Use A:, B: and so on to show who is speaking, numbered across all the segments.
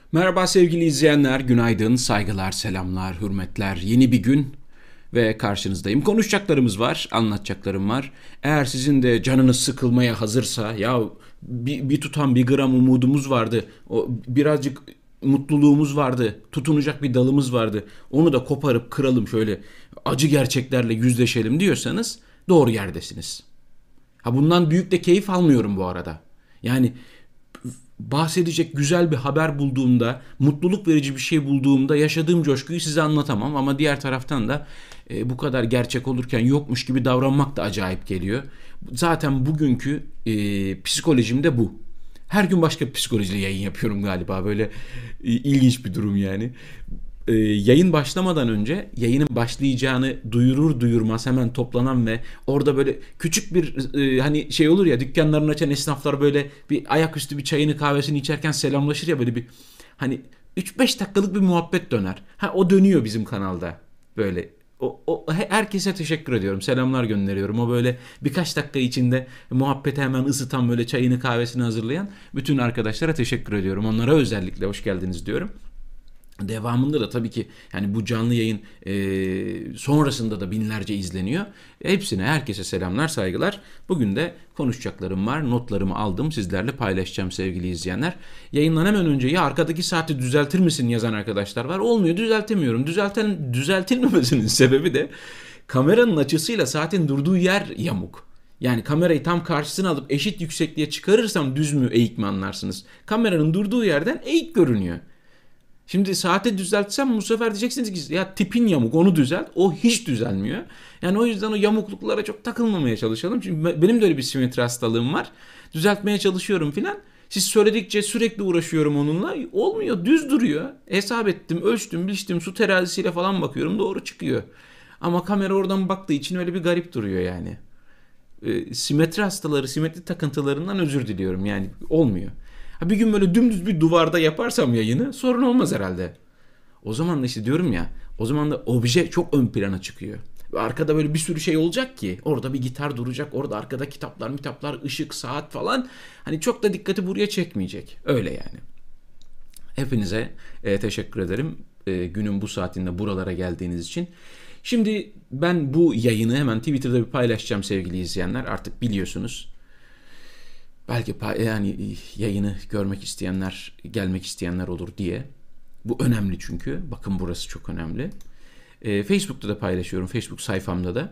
A: Merhaba sevgili izleyenler, günaydın, saygılar, selamlar, hürmetler. Yeni bir gün ve karşınızdayım. Konuşacaklarımız var, anlatacaklarım var. Eğer sizin de canınız sıkılmaya hazırsa, ya bir tutam bir gram umudumuz vardı, o birazcık mutluluğumuz vardı, tutunacak bir dalımız vardı. Onu da koparıp kıralım şöyle acı gerçeklerle yüzleşelim diyorsanız doğru yerdesiniz. Ha bundan büyük de keyif almıyorum bu arada. Yani bahsedecek güzel bir haber bulduğumda, mutluluk verici bir şey bulduğumda yaşadığım coşkuyu size anlatamam. Ama diğer taraftan da bu kadar gerçek olurken yokmuş gibi davranmak da acayip geliyor. Zaten bugünkü psikolojim de bu. Her gün başka bir psikolojiyle yayın yapıyorum galiba. Böyle ilginç bir durum yani. Yayın başlamadan önce yayının başlayacağını duyurur duyurmaz hemen toplanan ve orada böyle küçük bir hani şey olur ya, dükkanlarını açan esnaflar böyle bir ayaküstü bir çayını kahvesini içerken selamlaşır ya, böyle bir hani 3-5 dakikalık bir muhabbet döner. Ha o dönüyor bizim kanalda böyle. Herkese teşekkür ediyorum. Selamlar gönderiyorum. O böyle birkaç dakika içinde muhabbeti hemen ısıtan, böyle çayını kahvesini hazırlayan bütün arkadaşlara teşekkür ediyorum. Onlara özellikle hoş geldiniz diyorum. Devamında da tabii ki yani bu canlı yayın sonrasında da binlerce izleniyor. Hepsine, herkese selamlar, saygılar. Bugün de konuşacaklarım var. Notlarımı aldım. Sizlerle paylaşacağım sevgili izleyenler. Yayından hemen önce ya arkadaki saati düzeltir misin yazan arkadaşlar var. Olmuyor, düzeltemiyorum. Düzeltilmemesinin sebebi de kameranın açısıyla saatin durduğu yer yamuk. Yani kamerayı tam karşısına alıp eşit yüksekliğe çıkarırsam düz mü eğik mi anlarsınız. Kameranın durduğu yerden eğik görünüyor. Şimdi saati düzeltsem bu sefer diyeceksiniz ki ya tipin yamuk, onu düzelt. O hiç düzelmiyor. Yani o yüzden o yamukluklara çok takılmamaya çalışalım. Çünkü benim de öyle bir simetri hastalığım var. Düzeltmeye çalışıyorum filan. Siz söyledikçe sürekli uğraşıyorum onunla. Olmuyor, düz duruyor. Hesap ettim, ölçtüm, biçtim, su terazisiyle falan bakıyorum, doğru çıkıyor. Ama kamera oradan baktığı için öyle bir garip duruyor yani. Simetri hastaları, simetri takıntılarından özür diliyorum. Yani olmuyor. Ha bir gün böyle dümdüz bir duvarda yaparsam yayını sorun olmaz herhalde. O zaman da işte diyorum ya, o zaman da obje çok ön plana çıkıyor. Ve arkada böyle bir sürü şey olacak ki. Orada bir gitar duracak. Orada arkada kitaplar, ışık, saat falan. Hani çok da dikkati buraya çekmeyecek. Öyle yani. Hepinize teşekkür ederim. Günün bu saatinde buralara geldiğiniz için. Şimdi ben bu yayını hemen Twitter'da bir paylaşacağım sevgili izleyenler. Artık biliyorsunuz. Belki yani yayını görmek isteyenler, gelmek isteyenler olur diye. Bu önemli çünkü. Bakın burası çok önemli. Facebook'ta da paylaşıyorum. Facebook sayfamda da.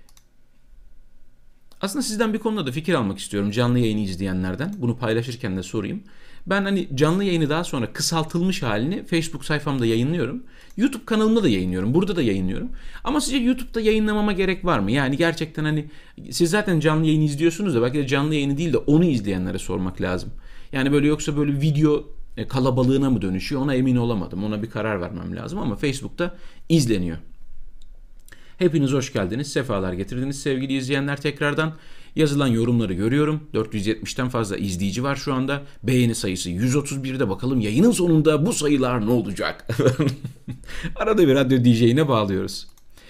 A: Aslında sizden bir konuda da fikir almak istiyorum. Canlı yayını izleyenlerden. Bunu paylaşırken de sorayım. Ben hani canlı yayını daha sonra kısaltılmış halini Facebook sayfamda yayınlıyorum. YouTube kanalımda da yayınlıyorum. Burada da yayınlıyorum. Ama sizce YouTube'da yayınlamama gerek var mı? Yani gerçekten hani siz zaten canlı yayını izliyorsunuz da belki de canlı yayını değil de onu izleyenlere sormak lazım. Yani böyle, yoksa böyle video kalabalığına mı dönüşüyor, ona emin olamadım. Ona bir karar vermem lazım ama Facebook'ta izleniyor. Hepiniz hoş geldiniz, sefalar getirdiniz sevgili izleyenler tekrardan. Yazılan yorumları görüyorum. 470'ten fazla izleyici var şu anda. Beğeni sayısı 131'de, bakalım yayının sonunda bu sayılar ne olacak? Arada bir radyo DJ'ine bağlıyoruz.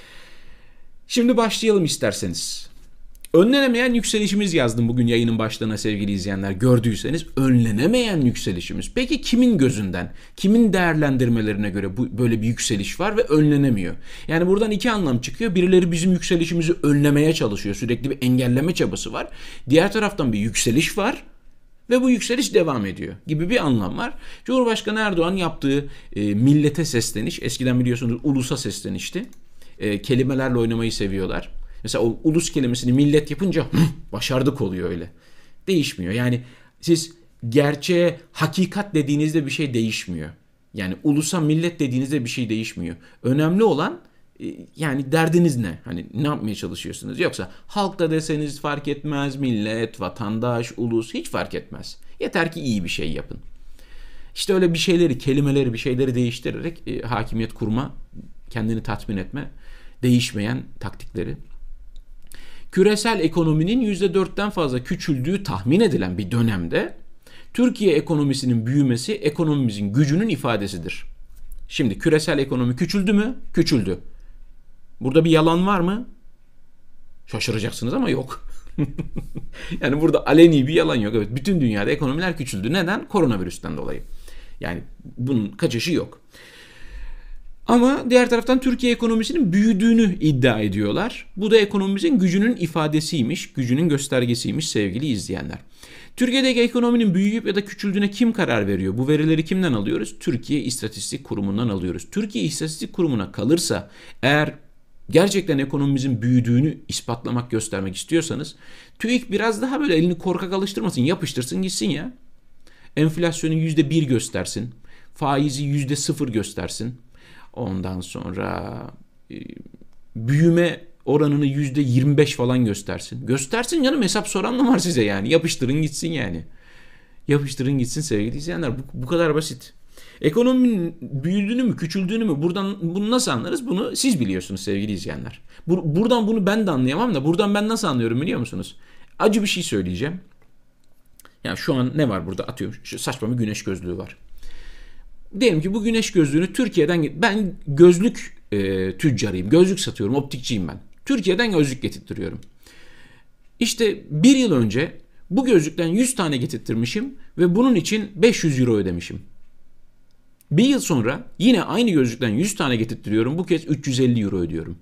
A: Şimdi başlayalım isterseniz. Önlenemeyen yükselişimiz yazdım bugün yayının başlığına sevgili izleyenler. Gördüyseniz önlenemeyen yükselişimiz. Peki kimin gözünden, kimin değerlendirmelerine göre böyle bir yükseliş var ve önlenemiyor? Yani buradan iki anlam çıkıyor. Birileri bizim yükselişimizi önlemeye çalışıyor. Sürekli bir engelleme çabası var. Diğer taraftan bir yükseliş var ve bu yükseliş devam ediyor gibi bir anlam var. Cumhurbaşkanı Erdoğan yaptığı millete sesleniş, eskiden biliyorsunuz ulusa seslenişti. Kelimelerle oynamayı seviyorlar. Mesela o ulus kelimesini millet yapınca başardık oluyor öyle. Değişmiyor. Yani siz gerçeğe hakikat dediğinizde bir şey değişmiyor. Yani ulusa millet dediğinizde bir şey değişmiyor. Önemli olan yani derdiniz ne? Hani ne yapmaya çalışıyorsunuz? Yoksa halk da deseniz fark etmez, millet, vatandaş, ulus hiç fark etmez. Yeter ki iyi bir şey yapın. İşte öyle bir şeyleri, kelimeleri, bir şeyleri değiştirerek hakimiyet kurma, kendini tatmin etme, değişmeyen taktikleri. Küresel ekonominin %4'ten fazla küçüldüğü tahmin edilen bir dönemde Türkiye ekonomisinin büyümesi ekonomimizin gücünün ifadesidir. Şimdi küresel ekonomi küçüldü mü? Küçüldü. Burada bir yalan var mı? Şaşıracaksınız ama yok. Yani burada aleni bir yalan yok. Evet, bütün dünyada ekonomiler küçüldü. Neden? Koronavirüsten dolayı. Yani bunun kaçışı yok. Ama diğer taraftan Türkiye ekonomisinin büyüdüğünü iddia ediyorlar. Bu da ekonomimizin gücünün ifadesiymiş, gücünün göstergesiymiş sevgili izleyenler. Türkiye'deki ekonominin büyüyüp ya da küçüldüğüne kim karar veriyor? Bu verileri kimden alıyoruz? Türkiye İstatistik Kurumu'ndan alıyoruz. Türkiye İstatistik Kurumu'na kalırsa eğer gerçekten ekonomimizin büyüdüğünü ispatlamak, göstermek istiyorsanız TÜİK biraz daha böyle elini korkak alıştırmasın, yapıştırsın gitsin ya. Enflasyonu %1 göstersin, faizi %0 göstersin. Ondan sonra büyüme oranını %25 falan göstersin. Göstersin canım, hesap soran mı var size yani? Yapıştırın gitsin yani. Yapıştırın gitsin sevgili izleyenler. Bu kadar basit. Ekonominin büyüdüğünü mü küçüldüğünü mü bunu nasıl anlarız? Bunu siz biliyorsunuz sevgili izleyenler. Buradan bunu ben de anlayamam da buradan ben nasıl anlıyorum biliyor musunuz? Acı bir şey söyleyeceğim. Yani şu an ne var burada, atıyorum şu saçma bir güneş gözlüğü var. Diyelim ki bu güneş gözlüğünü Türkiye'den, ben gözlük tüccarıyım, gözlük satıyorum, optikçiyim ben. Türkiye'den gözlük getirtiyorum. İşte bir yıl önce bu gözlükten 100 tane getirttirmişim ve bunun için 500 euro ödemişim. Bir yıl sonra yine aynı gözlükten 100 tane getirttiriyorum, bu kez 350 euro ödüyorum.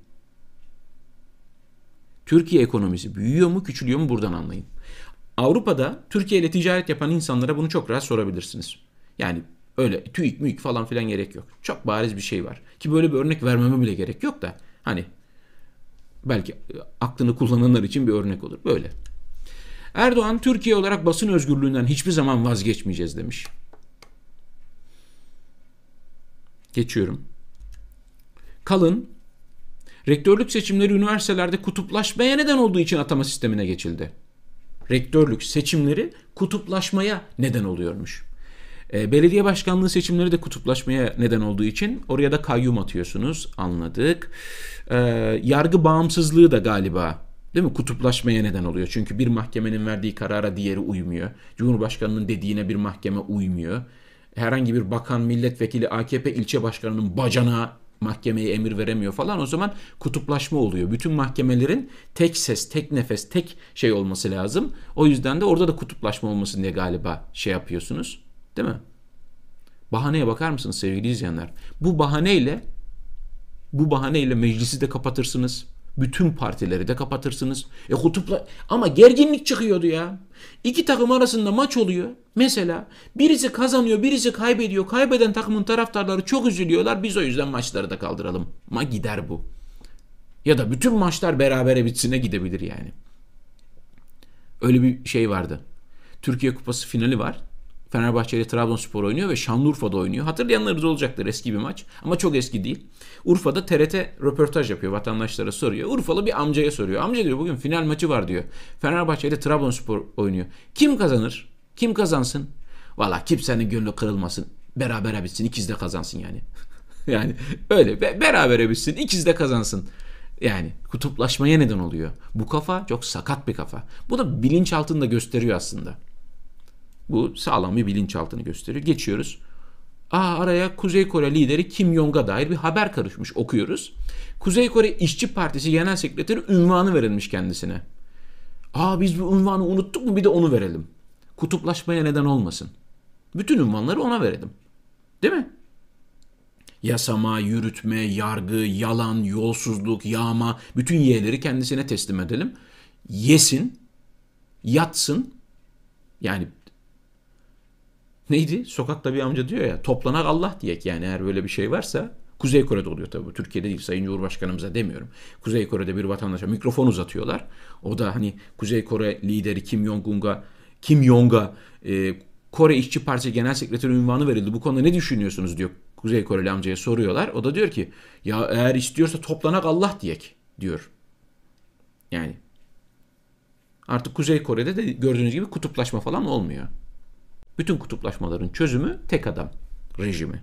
A: Türkiye ekonomisi büyüyor mu küçülüyor mu buradan anlayın. Avrupa'da Türkiye ile ticaret yapan insanlara bunu çok rahat sorabilirsiniz. Yani öyle TÜİK müik falan filan gerek yok. Çok bariz bir şey var. Ki böyle bir örnek vermeme bile gerek yok da hani belki aklını kullananlar için bir örnek olur. Böyle. Erdoğan Türkiye olarak basın özgürlüğünden hiçbir zaman vazgeçmeyeceğiz demiş. Geçiyorum. Kalın. Rektörlük seçimleri üniversitelerde kutuplaşmaya neden olduğu için atama sistemine geçildi. Rektörlük seçimleri kutuplaşmaya neden oluyormuş. Belediye başkanlığı seçimleri de kutuplaşmaya neden olduğu için oraya da kayyum atıyorsunuz. Anladık. Yargı bağımsızlığı da galiba, değil mi, kutuplaşmaya neden oluyor. Çünkü bir mahkemenin verdiği karara diğeri uymuyor. Cumhurbaşkanının dediğine bir mahkeme uymuyor. Herhangi bir bakan, milletvekili, AKP ilçe başkanının bacana mahkemeye emir veremiyor falan. O zaman kutuplaşma oluyor. Bütün mahkemelerin tek ses, tek nefes, tek şey olması lazım. O yüzden de orada da kutuplaşma olmasın diye galiba şey yapıyorsunuz. Değil mi? Bahaneye bakar mısınız sevgili izleyenler? Bu bahaneyle meclisi de kapatırsınız. Bütün partileri de kapatırsınız. Ama gerginlik çıkıyordu ya. İki takım arasında maç oluyor. Mesela birisi kazanıyor, birisi kaybediyor. Kaybeden takımın taraftarları çok üzülüyorlar. Biz o yüzden maçları da kaldıralım. Gider bu. Ya da bütün maçlar berabere bitsine gidebilir yani. Öyle bir şey vardı. Türkiye Kupası finali var. Fenerbahçe ile Trabzonspor oynuyor ve Şanlıurfa'da oynuyor. Hatırlayanlarınız olacaktır, eski bir maç ama çok eski değil. Urfa'da TRT röportaj yapıyor, vatandaşlara soruyor. Urfalı bir amcaya soruyor. Amca diyor, bugün final maçı var diyor. Fenerbahçe ile Trabzonspor oynuyor. Kim kazanır? Kim kazansın? Valla kimsenin gönlü kırılmasın. Berabere bitsin, ikiz de kazansın yani. Yani öyle berabere bitsin, ikiz de kazansın. Yani kutuplaşmaya neden oluyor. Bu kafa çok sakat bir kafa. Bu da bilinçaltını da gösteriyor aslında. Bu sağlam bir bilinçaltını gösteriyor. Geçiyoruz. Araya Kuzey Kore lideri Kim Jong'a dair bir haber karışmış. Okuyoruz. Kuzey Kore İşçi Partisi Genel Sekreteri unvanı verilmiş kendisine. Biz bu unvanı unuttuk mu, bir de onu verelim. Kutuplaşmaya neden olmasın. Bütün unvanları ona verelim. Değil mi? Yasama, yürütme, yargı, yalan, yolsuzluk, yağma, bütün yeğleri kendisine teslim edelim. Yesin, yatsın. Yani neydi? Sokakta bir amca diyor ya, toplanak Allah diyek yani, eğer böyle bir şey varsa. Kuzey Kore'de oluyor tabii. Türkiye'de değil, Sayın Cumhurbaşkanımıza demiyorum. Kuzey Kore'de bir vatandaşa mikrofon uzatıyorlar. O da hani Kuzey Kore lideri Kim Jong'a Kore İşçi Partisi Genel Sekreteri unvanı verildi. Bu konuda ne düşünüyorsunuz diyor. Kuzey Koreli amcaya soruyorlar. O da diyor ki ya eğer istiyorsa toplanak Allah diyek diyor. Yani artık Kuzey Kore'de de gördüğünüz gibi kutuplaşma falan olmuyor. Bütün kutuplaşmaların çözümü tek adam rejimi.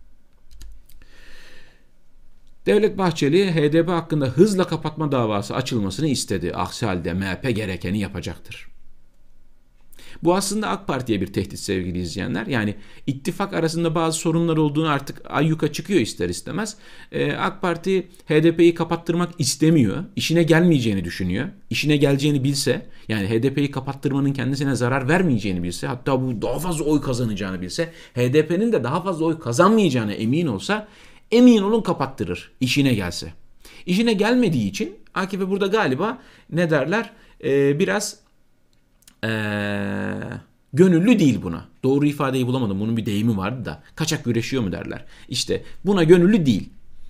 A: Devlet Bahçeli HDP hakkında hızla kapatma davası açılmasını istedi. Aksi halde MHP gerekeni yapacaktır. Bu aslında AK Parti'ye bir tehdit sevgili izleyenler. Yani ittifak arasında bazı sorunlar olduğunu artık ayyuka çıkıyor ister istemez. AK Parti HDP'yi kapattırmak istemiyor. İşine gelmeyeceğini düşünüyor. İşine geleceğini bilse, yani HDP'yi kapattırmanın kendisine zarar vermeyeceğini bilse, hatta bu daha fazla oy kazanacağını bilse, HDP'nin de daha fazla oy kazanmayacağına emin olsa, emin olun kapattırır işine gelse. İşine gelmediği için AKP burada galiba ne derler biraz gönüllü değil buna. Doğru ifadeyi bulamadım. Bunun bir deyimi vardı da. Kaçak güreşiyor mu derler. İşte buna gönüllü değil.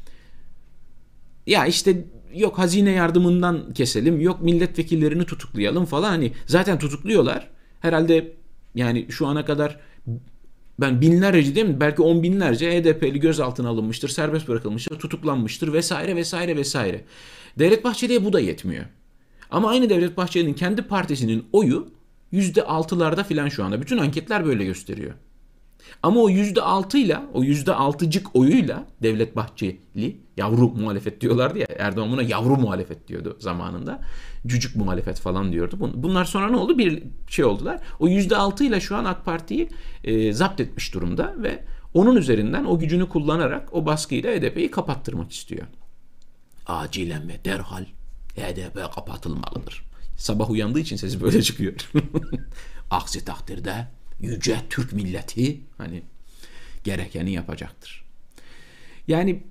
A: Ya işte yok hazine yardımından keselim, yok milletvekillerini tutuklayalım falan. Hani zaten tutukluyorlar. Herhalde yani şu ana kadar ben binlerce değil mi? Belki 10 binlerce HDP'li gözaltına alınmıştır, serbest bırakılmıştır, tutuklanmıştır vesaire vesaire vesaire. Devlet Bahçeli'ye bu da yetmiyor. Ama aynı Devlet Bahçeli'nin kendi partisinin oyu %6'larda filan şu anda. Bütün anketler böyle gösteriyor. Ama o %6'yla, o %6'cık oyuyla Devlet Bahçeli, yavru muhalefet diyorlardı ya, Erdoğan buna yavru muhalefet diyordu zamanında. Cücük muhalefet falan diyordu. Bunlar sonra ne oldu? Bir şey oldular. O %6'yla şu an AK Parti'yi zapt etmiş durumda ve onun üzerinden o gücünü kullanarak o baskıyla HDP'yi kapattırmak istiyor. Acilen ve derhal HDP kapatılmalıdır. Sabah uyandığı için sesi böyle çıkıyor. Aksi takdirde yüce Türk milleti hani gerekeni yapacaktır. Yani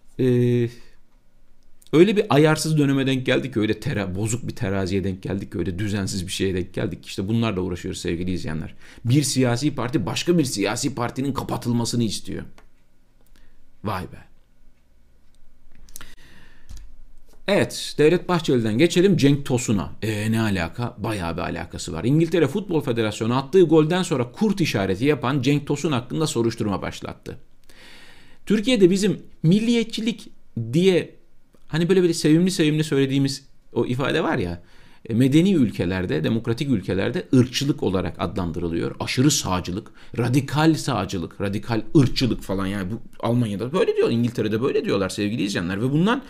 A: öyle bir ayarsız döneme denk geldik ki, öyle bozuk bir teraziye denk geldik ki, öyle düzensiz bir şeye denk geldik. İşte bunlarla uğraşıyoruz sevgili izleyenler. Bir siyasi parti başka bir siyasi partinin kapatılmasını istiyor. Vay be. Evet, Devlet Bahçeli'den geçelim Cenk Tosun'a. Ne alaka? Bayağı bir alakası var. İngiltere Futbol Federasyonu attığı golden sonra kurt işareti yapan Cenk Tosun hakkında soruşturma başlattı. Türkiye'de bizim milliyetçilik diye hani böyle sevimli sevimli söylediğimiz o ifade var ya, medeni ülkelerde, demokratik ülkelerde ırkçılık olarak adlandırılıyor. Aşırı sağcılık, radikal sağcılık, radikal ırkçılık falan, yani bu Almanya'da böyle diyor, İngiltere'de böyle diyorlar sevgili izleyenler ve bundan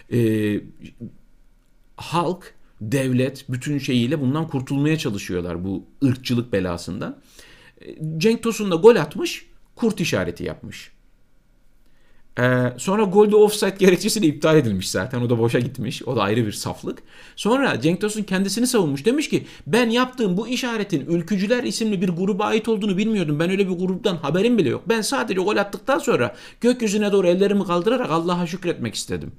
A: halk, devlet bütün şeyiyle bundan kurtulmaya çalışıyorlar, bu ırkçılık belasından. Cenk Tosun da gol atmış, kurt işareti yapmış. Sonra golde offside gerekçesiyle iptal edilmiş zaten. O da boşa gitmiş. O da ayrı bir saflık. Sonra Cenk Tosun kendisini savunmuş. Demiş ki ben yaptığım bu işaretin Ülkücüler isimli bir gruba ait olduğunu bilmiyordum. Ben öyle bir gruptan haberim bile yok. Ben sadece gol attıktan sonra gökyüzüne doğru ellerimi kaldırarak Allah'a şükretmek istedim.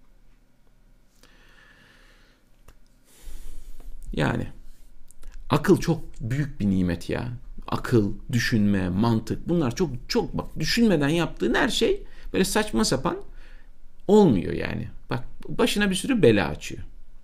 A: Yani akıl çok büyük bir nimet ya. Akıl, düşünme, mantık, bunlar çok çok, bak, düşünmeden yaptığın her şey böyle saçma sapan olmuyor yani. Bak başına bir sürü bela açıyor.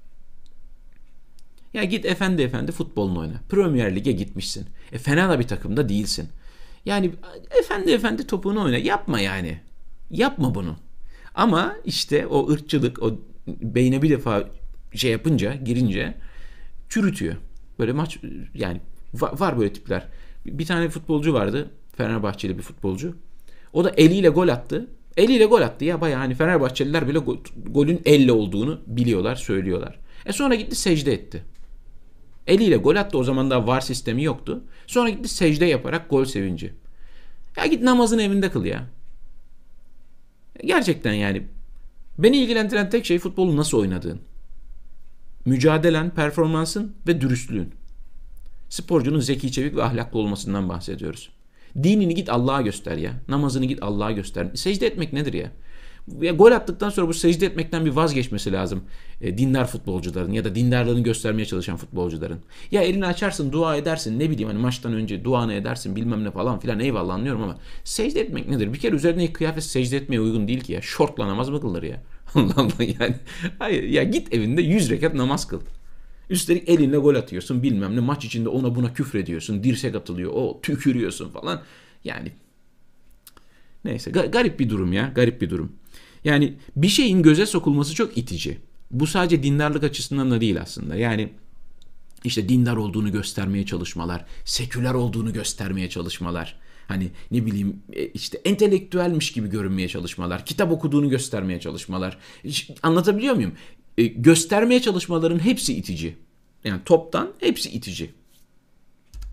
A: Ya git efendi futbolunu oyna. Premier Lig'e gitmişsin. Fena da bir takımda değilsin. Yani efendi topunu oyna. Yapma yani. Yapma bunu. Ama işte o ırkçılık, o beyne bir defa şey yapınca, girince çürütüyor. Böyle maç yani var böyle tipler. Bir tane futbolcu vardı. Fenerbahçeli bir futbolcu. O da eliyle gol attı. Eliyle gol attı ya, bayağı hani Fenerbahçeliler bile golün elle olduğunu biliyorlar, söylüyorlar. Sonra gitti secde etti. Eliyle gol attı, o zaman daha VAR sistemi yoktu. Sonra gitti secde yaparak gol sevinci. Ya git namazını evinde kıl ya. Gerçekten yani beni ilgilendiren tek şey futbolu nasıl oynadığın. Mücadelen, performansın ve dürüstlüğün. Sporcunun zeki, çevik ve ahlaklı olmasından bahsediyoruz. Dinini git Allah'a göster ya. Namazını git Allah'a göster. Secde etmek nedir ya? Ya gol attıktan sonra bu secde etmekten bir vazgeçmesi lazım. Dindar futbolcuların ya da dindarlığını göstermeye çalışan futbolcuların. Ya elini açarsın, dua edersin, ne bileyim hani maçtan önce duanı edersin bilmem ne falan filan, eyvallah anlıyorum ama secde etmek nedir? Bir kere üzerindeki kıyafet secde etmeye uygun değil ki ya. Şortla namaz mı kılır ya? Allah Allah yani. Hayır ya, git evinde 100 rekat namaz kıl. Üstelik elinle gol atıyorsun bilmem ne, maç içinde ona buna küfrediyorsun, dirsek atılıyor, o tükürüyorsun falan. Yani neyse, garip bir durum ya, garip bir durum. Yani bir şeyin göze sokulması çok itici. Bu sadece dindarlık açısından da değil aslında. Yani işte dindar olduğunu göstermeye çalışmalar, seküler olduğunu göstermeye çalışmalar. Hani ne bileyim işte entelektüelmiş gibi görünmeye çalışmalar, kitap okuduğunu göstermeye çalışmalar. Anlatabiliyor muyum? Göstermeye çalışmaların hepsi itici. Yani toptan hepsi itici.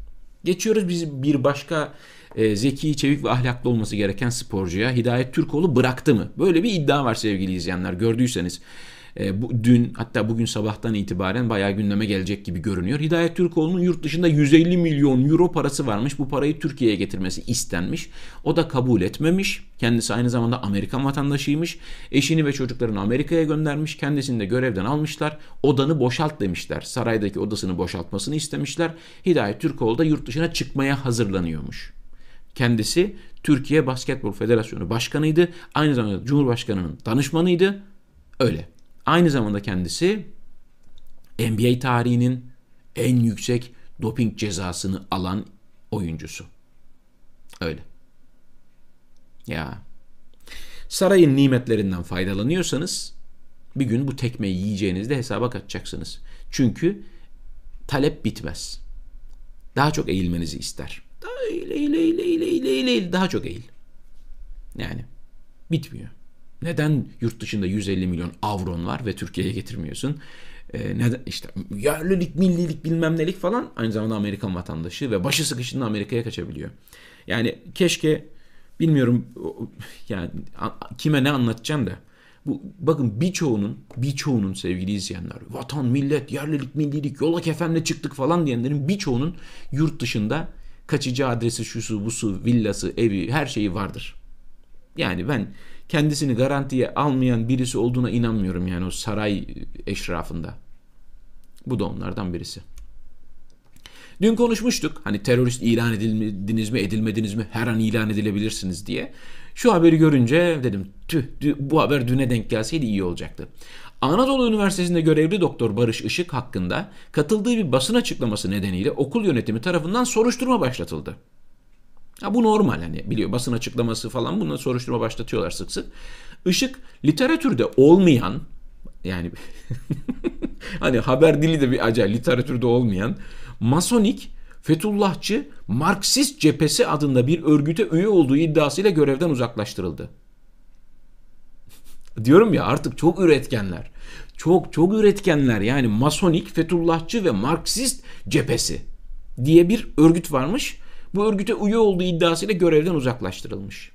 A: Geçiyoruz biz bir başka zeki, çevik ve ahlaklı olması gereken sporcuya. Hidayet Türkoğlu bıraktı mı? Böyle bir iddia var sevgili izleyenler. Gördüyseniz dün, hatta bugün sabahtan itibaren bayağı gündeme gelecek gibi görünüyor. Hidayet Türkoğlu'nun yurt dışında 150 milyon euro parası varmış. Bu parayı Türkiye'ye getirmesi istenmiş. O da kabul etmemiş. Kendisi aynı zamanda Amerikan vatandaşıymış. Eşini ve çocuklarını Amerika'ya göndermiş. Kendisini de görevden almışlar. Odanı boşalt demişler. Saraydaki odasını boşaltmasını istemişler. Hidayet Türkoğlu da yurt dışına çıkmaya hazırlanıyormuş. Kendisi Türkiye Basketbol Federasyonu Başkanıydı. Aynı zamanda Cumhurbaşkanı'nın danışmanıydı. Öyle. Aynı zamanda kendisi NBA tarihinin en yüksek doping cezasını alan oyuncusu. Öyle. Ya. Sarayın nimetlerinden faydalanıyorsanız bir gün bu tekmeyi yiyeceğinizde hesaba katacaksınız. Çünkü talep bitmez. Daha çok eğilmenizi ister. Daha eğil, daha çok eğil. Yani bitmiyor. Neden yurt dışında 150 milyon avron var ve Türkiye'ye getirmiyorsun? Neden? İşte yerlilik, millilik, bilmem nelik falan, aynı zamanda Amerikan vatandaşı ve başı sıkıştığında Amerika'ya kaçabiliyor. Yani keşke, bilmiyorum yani kime ne anlatacağım da, bu bakın birçoğunun sevgili izleyenler, vatan, millet, yerlilik, millilik, yola kefenle çıktık falan diyenlerin birçoğunun yurt dışında kaçıcı adresi, şusu, busu, villası, evi, her şeyi vardır. Yani ben kendisini garantiye almayan birisi olduğuna inanmıyorum yani o saray eşrafında. Bu da onlardan birisi. Dün konuşmuştuk hani terörist ilan edildiniz mi edilmediniz mi, her an ilan edilebilirsiniz diye. Şu haberi görünce dedim bu haber düne denk gelseydi iyi olacaktı. Anadolu Üniversitesi'nde görevli Doktor Barış Işık hakkında katıldığı bir basın açıklaması nedeniyle okul yönetimi tarafından soruşturma başlatıldı. Ya bu normal, hani biliyor, basın açıklaması falan, bununla soruşturma başlatıyorlar sık sık. Işık literatürde olmayan, yani hani haber dili de bir acayip, literatürde olmayan Masonik, Fethullahçı, Marksist Cephesi adında bir örgüte üye olduğu iddiasıyla görevden uzaklaştırıldı. Diyorum ya, artık çok üretkenler. Çok üretkenler. Yani Masonik, Fethullahçı ve Marksist Cephesi diye bir örgüt varmış. Bu örgüte üye olduğu iddiasıyla görevden uzaklaştırılmış.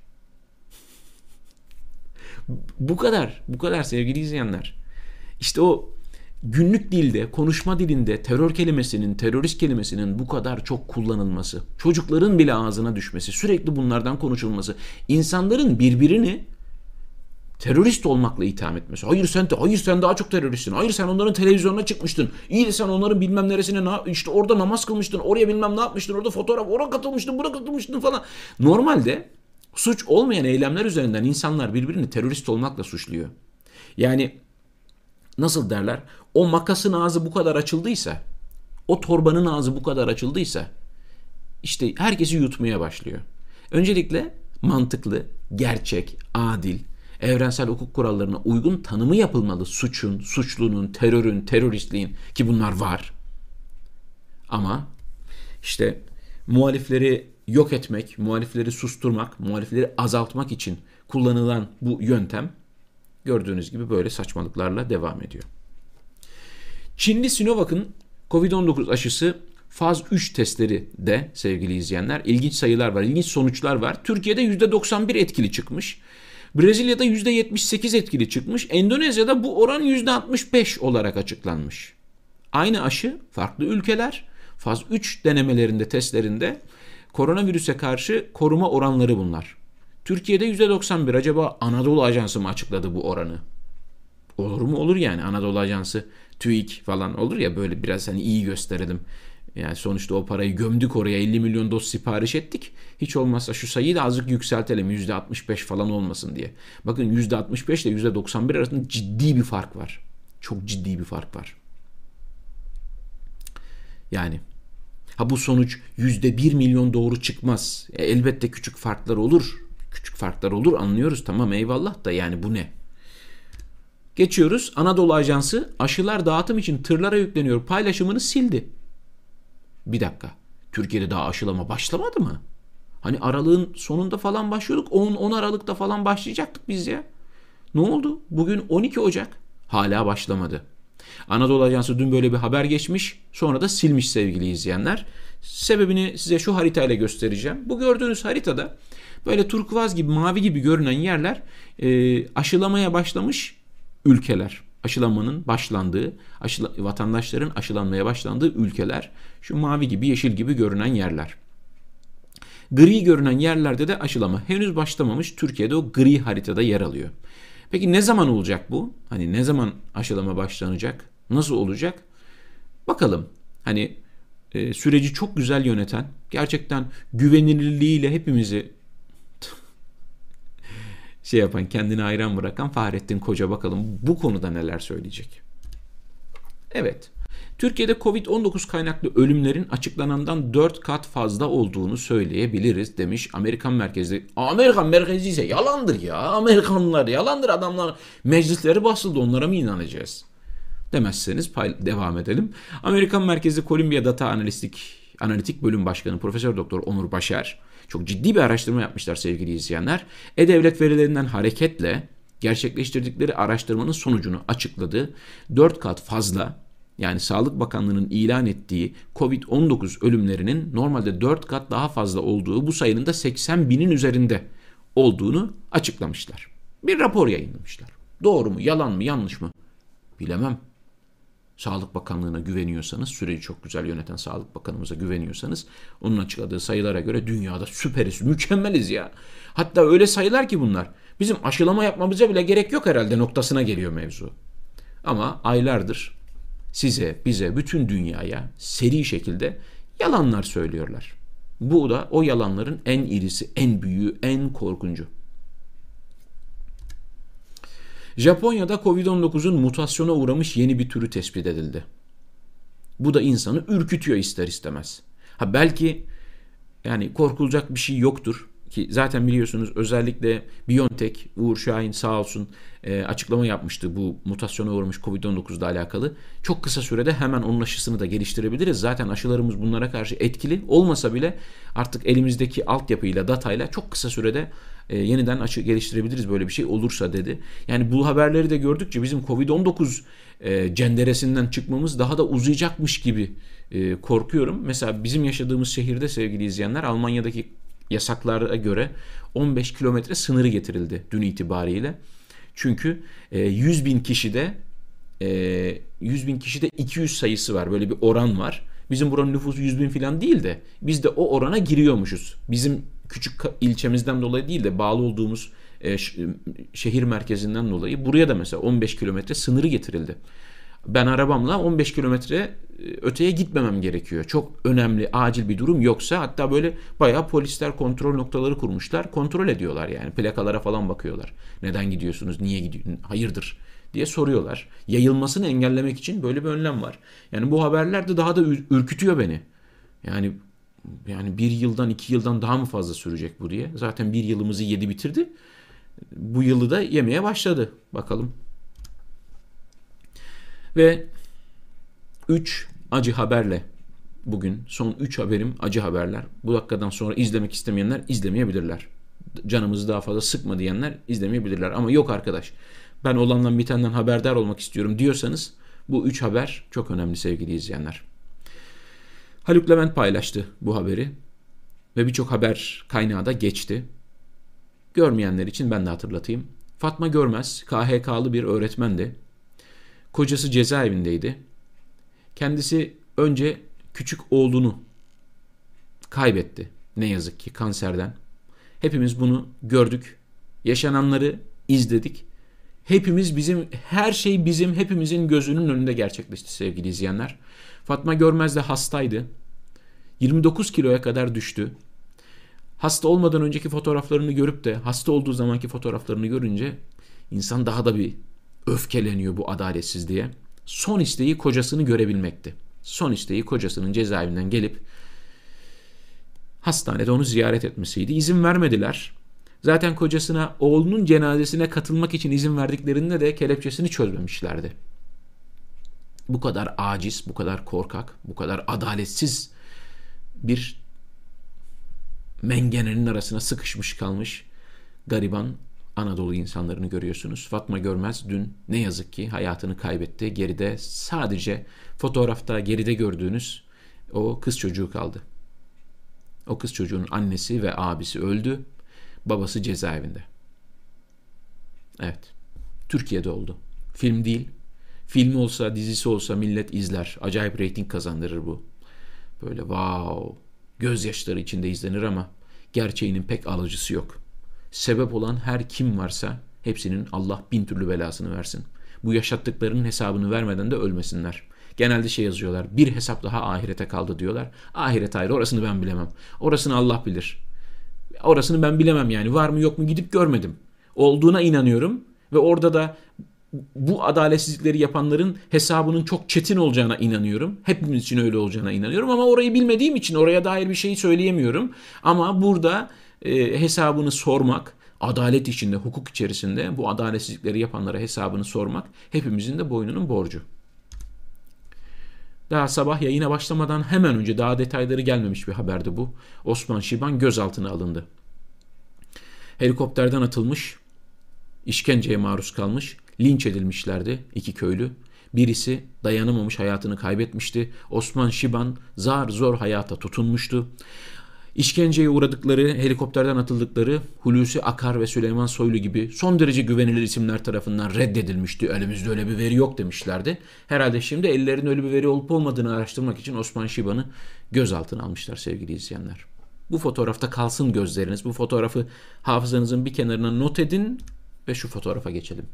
A: Bu kadar sevgili izleyenler. İşte o günlük dilde, konuşma dilinde terör kelimesinin, terörist kelimesinin bu kadar çok kullanılması, çocukların bile ağzına düşmesi, sürekli bunlardan konuşulması, insanların birbirini terörist olmakla itham etmesi. Hayır sen daha çok teröristsin. Hayır sen onların televizyonuna çıkmıştın. İyi de sen onların bilmem neresine işte orada namaz kılmıştın. Oraya bilmem ne yapmıştın. Orada fotoğraf, oraya katılmıştın, buraya katılmıştın falan. Normalde suç olmayan eylemler üzerinden insanlar birbirini terörist olmakla suçluyor. Yani nasıl derler? O makasın ağzı bu kadar açıldıysa, o torbanın ağzı bu kadar açıldıysa işte herkesi yutmaya başlıyor. Öncelikle mantıklı, gerçek, adil, evrensel hukuk kurallarına uygun tanımı yapılmalı suçun, suçlunun, terörün, teröristliğin, ki bunlar var. Ama işte muhalifleri yok etmek, muhalifleri susturmak, muhalifleri azaltmak için kullanılan bu yöntem gördüğünüz gibi böyle saçmalıklarla devam ediyor. Çinli Sinovac'ın Covid-19 aşısı faz 3 testleri de sevgili izleyenler ilginç sayılar var, ilginç sonuçlar var. Türkiye'de %91 etkili çıkmış. Brezilya'da %78 etkili çıkmış. Endonezya'da bu oran %65 olarak açıklanmış. Aynı aşı farklı ülkeler faz 3 denemelerinde, testlerinde koronavirüse karşı koruma oranları bunlar. Türkiye'de %91. Acaba Anadolu Ajansı mı açıkladı bu oranı? Olur mu? Olur yani. Anadolu Ajansı, TÜİK falan olur ya, böyle biraz hani iyi gösterelim. Yani sonuçta o parayı gömdük oraya, 50 milyon doz sipariş ettik. Hiç olmazsa şu sayıyı da azıcık yükseltelim, %65 falan olmasın diye. Bakın %65 ile %91 arasında ciddi bir fark var. Çok ciddi bir fark var. Yani bu sonuç %1 milyon doğru çıkmaz. Elbette küçük farklar olur. Küçük farklar olur, anlıyoruz, tamam, eyvallah da yani bu ne? Geçiyoruz. Anadolu Ajansı aşılar dağıtım için tırlara yükleniyor paylaşımını sildi. Bir dakika. Türkiye'de daha aşılama başlamadı mı? Hani aralığın sonunda falan başlıyorduk. 10 Aralık'ta falan başlayacaktık biz ya. Ne oldu? Bugün 12 Ocak. Hala başlamadı. Anadolu Ajansı dün böyle bir haber geçmiş, sonra da silmiş sevgili izleyenler. Sebebini size şu haritayla göstereceğim. Bu gördüğünüz haritada böyle turkuaz gibi, mavi gibi görünen yerler aşılamaya başlamış ülkeler. Aşılamanın başlandığı, vatandaşların aşılanmaya başlandığı ülkeler. Şu mavi gibi, yeşil gibi görünen yerler. Gri görünen yerlerde de aşılama henüz başlamamış. Türkiye'de o gri haritada yer alıyor. Peki ne zaman olacak bu? Hani ne zaman aşılama başlanacak? Nasıl olacak? Bakalım. Hani süreci çok güzel yöneten, gerçekten güvenilirliğiyle hepimizi yapan, kendine hayran bırakan Fahrettin Koca bakalım bu konuda neler söyleyecek. Evet. Türkiye'de Covid-19 kaynaklı ölümlerin açıklanandan 4 kat fazla olduğunu söyleyebiliriz demiş Amerikan merkezli. Amerikan merkezli ise yalandır ya. Amerikanlılar yalandır, adamlar meclisleri basıldı, onlara mı inanacağız? Demezseniz devam edelim. Amerikan merkezli Columbia Data Analitik Bölüm Başkanı Profesör Doktor Onur Başar çok ciddi bir araştırma yapmışlar sevgili izleyenler. E-Devlet verilerinden hareketle gerçekleştirdikleri araştırmanın sonucunu açıkladı. 4 kat fazla, yani Sağlık Bakanlığı'nın ilan ettiği Covid-19 ölümlerinin normalde 4 kat daha fazla olduğu, bu sayının da 80 binin üzerinde olduğunu açıklamışlar. Bir rapor yayınlamışlar. Doğru mu, yalan mı, yanlış mı? Bilemem. Sağlık Bakanlığı'na güveniyorsanız, süreci çok güzel yöneten Sağlık Bakanımıza güveniyorsanız, onun açıkladığı sayılara göre dünyada süperiz, mükemmeliz ya. Hatta öyle sayılar ki bunlar, bizim aşılama yapmamıza bile gerek yok herhalde noktasına geliyor mevzu. Ama aylardır size, bize, bütün dünyaya seri şekilde yalanlar söylüyorlar. Bu da o yalanların en irisi, en büyüğü, en korkuncu. Japonya'da Covid-19'un mutasyona uğramış yeni bir türü tespit edildi. Bu da insanı ürkütüyor ister istemez. Belki yani korkulacak bir şey yoktur ki zaten biliyorsunuz, özellikle BioNTech, Uğur Şahin sağ olsun açıklama yapmıştı bu mutasyona uğramış Covid-19 ile alakalı. Çok kısa sürede hemen onun aşısını da geliştirebiliriz. Zaten aşılarımız bunlara karşı etkili olmasa bile artık elimizdeki altyapıyla, datayla çok kısa sürede yeniden aşı geliştirebiliriz böyle bir şey olursa dedi. Yani bu haberleri de gördükçe bizim Covid-19 cenderesinden çıkmamız daha da uzayacakmış gibi korkuyorum. Mesela bizim yaşadığımız şehirde sevgili izleyenler, Almanya'daki yasaklara göre 15 kilometre sınırı getirildi dün itibariyle. Çünkü 100 bin kişide 200 sayısı var. Böyle bir oran var. Bizim buranın nüfusu 100 bin falan değil de biz de o orana giriyormuşuz. Bizim küçük ilçemizden dolayı değil de bağlı olduğumuz şehir merkezinden dolayı buraya da mesela 15 kilometre sınırı getirildi. Ben arabamla 15 kilometre öteye gitmemem gerekiyor. Çok önemli, acil bir durum yoksa, hatta böyle bayağı polisler kontrol noktaları kurmuşlar. Kontrol ediyorlar yani. Plakalara falan bakıyorlar. Neden gidiyorsunuz, niye gidiyorsunuz, hayırdır diye soruyorlar. Yayılmasını engellemek için böyle bir önlem var. Yani bu haberler de daha da ürkütüyor beni. Yani bir yıldan, 2 yıldan daha mı fazla sürecek bu diye. Zaten bir yılımızı yedi bitirdi. Bu yılı da yemeye başladı. Bakalım. Ve 3 acı haberle bugün son 3 haberim acı haberler. Bu dakikadan sonra izlemek istemeyenler izlemeyebilirler. Canımızı daha fazla sıkma diyenler izlemeyebilirler. Ama yok arkadaş, ben olandan bitenden haberdar olmak istiyorum diyorsanız bu 3 haber çok önemli sevgili izleyenler. Haluk Levent paylaştı bu haberi ve birçok haber kaynağı da geçti. Görmeyenler için ben de hatırlatayım. Fatma Görmez KHK'lı bir öğretmendi. Kocası cezaevindeydi. Kendisi önce küçük oğlunu kaybetti. Ne yazık ki kanserden. Hepimiz bunu gördük. Yaşananları izledik. Her şey bizim hepimizin gözünün önünde gerçekleşti sevgili izleyenler. Fatma Görmez de hastaydı. 29 kiloya kadar düştü. Hasta olmadan önceki fotoğraflarını görüp de hasta olduğu zamanki fotoğraflarını görünce insan daha da bir öfkeleniyor bu adaletsizliğe. Son isteği kocasını görebilmekti. Son isteği kocasının cezaevinden gelip hastanede onu ziyaret etmesiydi. İzin vermediler. Zaten kocasına oğlunun cenazesine katılmak için izin verdiklerinde de kelepçesini çözmemişlerdi. Bu kadar aciz, bu kadar korkak, bu kadar adaletsiz bir mengenenin arasına sıkışmış kalmış gariban Anadolu insanlarını görüyorsunuz. Fatma Görmez dün ne yazık ki hayatını kaybetti. Geride sadece fotoğrafta geride gördüğünüz o kız çocuğu kaldı. O kız çocuğun annesi ve abisi öldü. Babası cezaevinde. Evet. Türkiye'de oldu. Film değil. Filmi olsa, dizisi olsa millet izler. Acayip reyting kazandırır bu. Böyle wow, gözyaşları içinde izlenir ama gerçeğinin pek alıcısı yok. Sebep olan her kim varsa hepsinin Allah bin türlü belasını versin. Bu yaşattıklarının hesabını vermeden de ölmesinler. Genelde şey yazıyorlar. Bir hesap daha ahirete kaldı diyorlar. Ahiret ayrı, orasını ben bilemem. Orasını Allah bilir. Orasını ben bilemem yani. Var mı yok mu gidip görmedim. Olduğuna inanıyorum ve orada da bu adaletsizlikleri yapanların hesabının çok çetin olacağına inanıyorum. Hepimiz için öyle olacağına inanıyorum ama orayı bilmediğim için oraya dair bir şey söyleyemiyorum. Ama burada hesabını sormak, adalet içinde, hukuk içerisinde bu adaletsizlikleri yapanlara hesabını sormak hepimizin de boynunun borcu. Daha sabah yayına başlamadan hemen önce, daha detayları gelmemiş bir haberdi bu. Osman Şiban gözaltına alındı. Helikopterden atılmış, işkenceye maruz kalmış, linç edilmişlerdi iki köylü. Birisi dayanamamış, hayatını kaybetmişti. Osman Şiban zar zor hayata tutunmuştu. İşkenceye uğradıkları, helikopterden atıldıkları Hulusi Akar ve Süleyman Soylu gibi son derece güvenilir isimler tarafından reddedilmişti. Elimizde öyle bir veri yok demişlerdi. Herhalde şimdi ellerinde öyle bir veri olup olmadığını araştırmak için Osman Şiban'ı gözaltına almışlar sevgili izleyenler. Bu fotoğrafta kalsın gözleriniz. Bu fotoğrafı hafızanızın bir kenarına not edin ve şu fotoğrafa geçelim.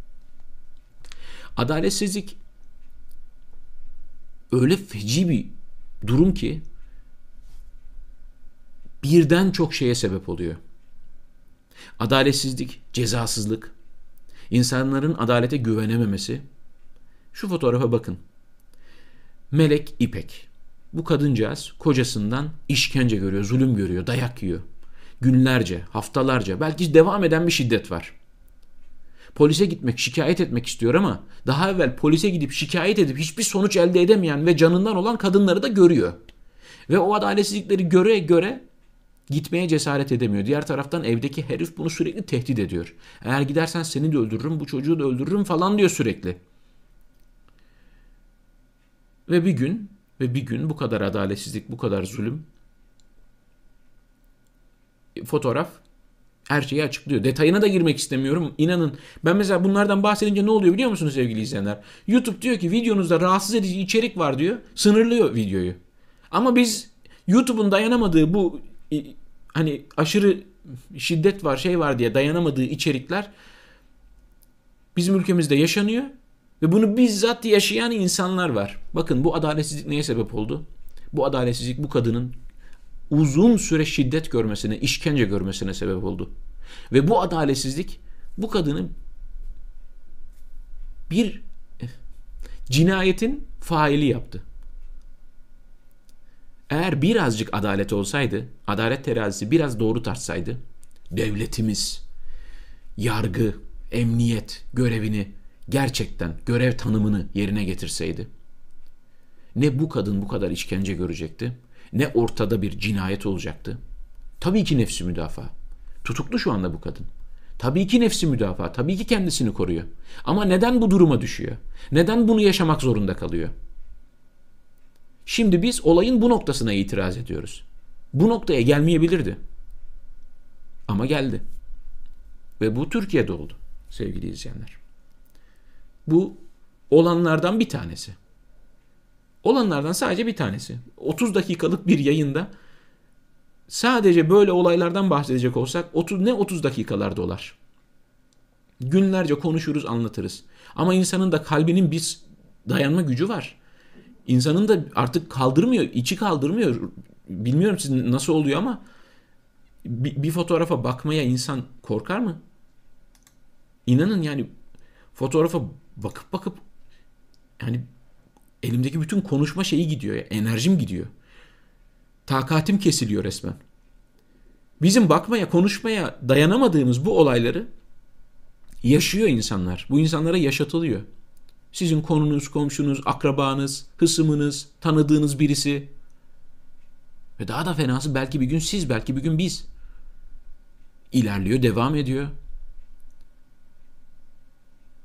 A: Adaletsizlik öyle feci bir durum ki birden çok şeye sebep oluyor. Adaletsizlik, cezasızlık, insanların adalete güvenememesi. Şu fotoğrafa bakın. Melek İpek. Bu kadıncağız kocasından işkence görüyor, zulüm görüyor, dayak yiyor. Günlerce, haftalarca, belki devam eden bir şiddet var. Polise gitmek, şikayet etmek istiyor ama daha evvel polise gidip şikayet edip hiçbir sonuç elde edemeyen ve canından olan kadınları da görüyor. Ve o adaletsizlikleri göre göre gitmeye cesaret edemiyor. Diğer taraftan evdeki herif bunu sürekli tehdit ediyor. Eğer gidersen seni de öldürürüm, bu çocuğu da öldürürüm falan diyor sürekli. Ve bir gün bu kadar adaletsizlik, bu kadar zulüm, fotoğraf her şeyi açıklıyor. Detayına da girmek istemiyorum. İnanın ben mesela bunlardan bahsedince ne oluyor biliyor musunuz sevgili izleyenler? YouTube diyor ki videonuzda rahatsız edici içerik var diyor. Sınırlıyor videoyu. Ama biz YouTube'un dayanamadığı bu hani aşırı şiddet var, şey var diye dayanamadığı içerikler bizim ülkemizde yaşanıyor ve bunu bizzat yaşayan insanlar var. Bakın bu adaletsizlik neye sebep oldu? Bu adaletsizlik bu kadının uzun süre şiddet görmesine, işkence görmesine sebep oldu. Ve bu adaletsizlik bu kadını bir cinayetin faili yaptı. Eğer birazcık adalet olsaydı, adalet terazisi biraz doğru tartsaydı, devletimiz, yargı, emniyet görevini gerçekten, görev tanımını yerine getirseydi, ne bu kadın bu kadar işkence görecekti, ne ortada bir cinayet olacaktı. Tabii ki nefsi müdafaa. Tutuklu şu anda bu kadın. Tabii ki nefsi müdafaa, tabii ki kendisini koruyor. Ama neden bu duruma düşüyor? Neden bunu yaşamak zorunda kalıyor? Şimdi biz olayın bu noktasına itiraz ediyoruz. Bu noktaya gelmeyebilirdi. Ama geldi. Ve bu Türkiye'de oldu sevgili izleyenler. Bu olanlardan bir tanesi. Olanlardan sadece bir tanesi. 30 dakikalık bir yayında sadece böyle olaylardan bahsedecek olsak 30 dakikalar dolar. Günlerce konuşuruz, anlatırız. Ama insanın da kalbinin bir dayanma gücü var. İnsanın da artık kaldırmıyor, içi kaldırmıyor. Bilmiyorum siz nasıl oluyor ama bir fotoğrafa bakmaya insan korkar mı? İnanın yani fotoğrafa bakıp yani elimdeki bütün konuşma şeyi gidiyor ya, enerjim gidiyor. Takatim kesiliyor resmen. Bizim bakmaya, konuşmaya dayanamadığımız bu olayları yaşıyor insanlar. Bu insanlara yaşatılıyor. Sizin konunuz, komşunuz, akrabanız, hısımınız, tanıdığınız birisi. Ve daha da fenası belki bir gün siz, belki bir gün biz. İlerliyor, devam ediyor.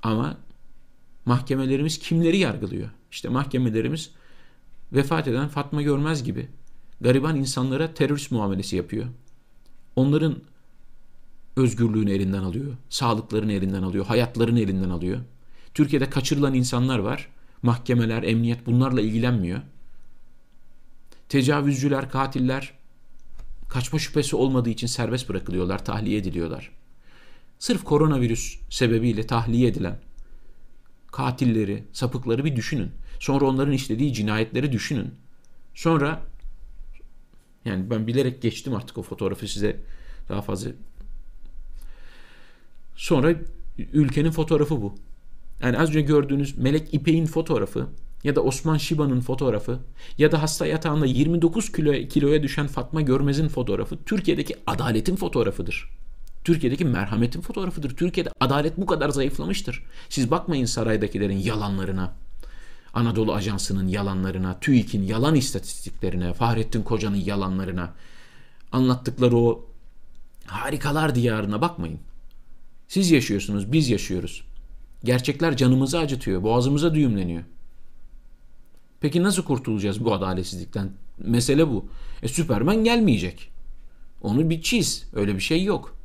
A: Ama mahkemelerimiz kimleri yargılıyor? İşte mahkemelerimiz vefat eden Fatma Görmez gibi gariban insanlara terörist muamelesi yapıyor. Onların özgürlüğünü elinden alıyor, sağlıklarını elinden alıyor, hayatlarını elinden alıyor. Türkiye'de kaçırılan insanlar var. Mahkemeler, emniyet bunlarla ilgilenmiyor. Tecavüzcüler, katiller kaçma şüphesi olmadığı için serbest bırakılıyorlar, tahliye ediliyorlar. Sırf koronavirüs sebebiyle tahliye edilen katilleri, sapıkları bir düşünün. Sonra onların işlediği cinayetleri düşünün. Sonra yani ben bilerek geçtim artık o fotoğrafı size daha fazla. Sonra ülkenin fotoğrafı bu. Yani az önce gördüğünüz Melek İpek'in fotoğrafı ya da Osman Şiba'nın fotoğrafı ya da hasta yatağında 29 kiloya düşen Fatma Görmez'in fotoğrafı Türkiye'deki adaletin fotoğrafıdır. Türkiye'deki merhametin fotoğrafıdır. Türkiye'de adalet bu kadar zayıflamıştır. Siz bakmayın saraydakilerin yalanlarına, Anadolu Ajansı'nın yalanlarına, TÜİK'in yalan istatistiklerine, Fahrettin Koca'nın yalanlarına, anlattıkları o harikalar diyarına bakmayın. Siz yaşıyorsunuz, biz yaşıyoruz. Gerçekler canımızı acıtıyor, boğazımıza düğümleniyor. Peki nasıl kurtulacağız bu adaletsizlikten? Mesele bu. Süperman gelmeyecek. Onu bir çiz. Öyle bir şey yok.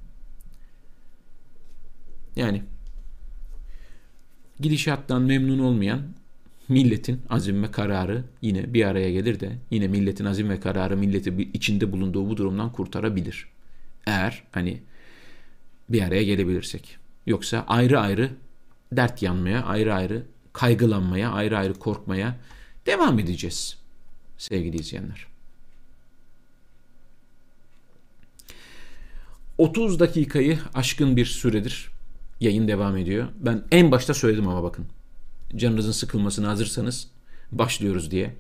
A: Yani gidişattan memnun olmayan milletin azim ve kararı yine bir araya gelir de yine milletin azim ve kararı milleti içinde bulunduğu bu durumdan kurtarabilir. Eğer hani bir araya gelebilirsek. Yoksa ayrı ayrı dert yanmaya, ayrı ayrı kaygılanmaya, ayrı ayrı korkmaya devam edeceğiz sevgili izleyenler. 30 dakikayı aşkın bir süredir yayın devam ediyor. Ben en başta söyledim ama bakın. Canınızın sıkılmasına hazırsanız başlıyoruz diye.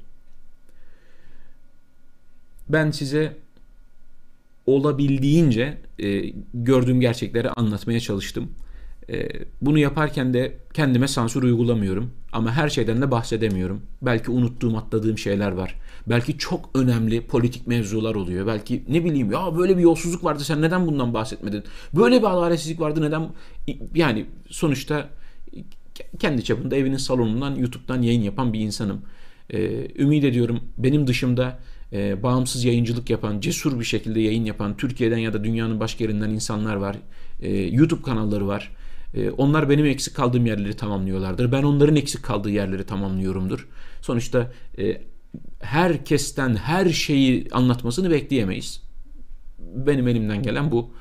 A: Ben size olabildiğince gördüğüm gerçekleri anlatmaya çalıştım. Bunu yaparken de kendime sansür uygulamıyorum. Ama her şeyden de bahsedemiyorum. Belki unuttuğum, atladığım şeyler var. Belki çok önemli politik mevzular oluyor. Belki ne bileyim ya böyle bir yolsuzluk vardı sen neden bundan bahsetmedin? Böyle bir adaletsizlik vardı neden? Yani sonuçta kendi çapında evinin salonundan, YouTube'dan yayın yapan bir insanım. Ümit ediyorum benim dışımda bağımsız yayıncılık yapan, cesur bir şekilde yayın yapan, Türkiye'den ya da dünyanın başka yerinden insanlar var. YouTube kanalları var. Onlar benim eksik kaldığım yerleri tamamlıyorlardır. Ben onların eksik kaldığı yerleri tamamlıyorumdur. Sonuçta herkesten her şeyi anlatmasını bekleyemeyiz. Benim elimden gelen bu.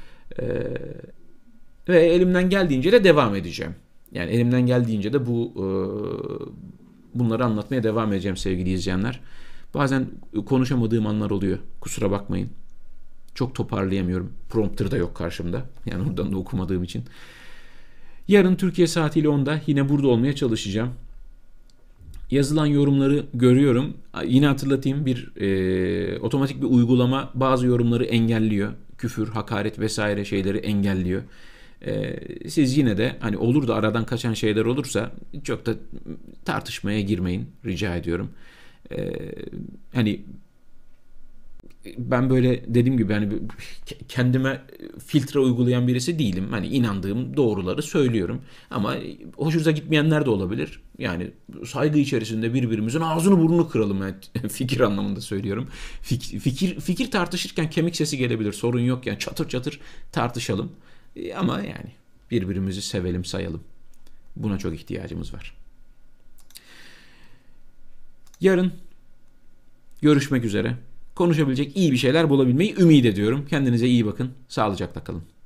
A: Ve elimden geldiğince de devam edeceğim. Yani elimden geldiğince de bunları anlatmaya devam edeceğim sevgili izleyenler. Bazen konuşamadığım anlar oluyor. Kusura bakmayın. Çok toparlayamıyorum. Prompter da yok karşımda. Yani oradan da okumadığım için. Yarın Türkiye saatiyle 10'da yine burada olmaya çalışacağım. Yazılan yorumları görüyorum. Yine hatırlatayım otomatik bir uygulama bazı yorumları engelliyor. Küfür, hakaret vesaire şeyleri engelliyor. Siz yine de hani olur da aradan kaçan şeyler olursa çok da tartışmaya girmeyin rica ediyorum. Hani ben böyle dediğim gibi hani kendime filtre uygulayan birisi değilim. Hani inandığım doğruları söylüyorum. Ama hoşunuza gitmeyenler de olabilir. Yani saygı içerisinde birbirimizin ağzını burnunu kıralım. Yani fikir anlamında söylüyorum. Fikir tartışırken kemik sesi gelebilir. Sorun yok yani çatır çatır tartışalım. Ama yani birbirimizi sevelim, sayalım. Buna çok ihtiyacımız var. Yarın görüşmek üzere. Konuşabilecek iyi bir şeyler bulabilmeyi ümit ediyorum. Kendinize iyi bakın. Sağlıcakla kalın.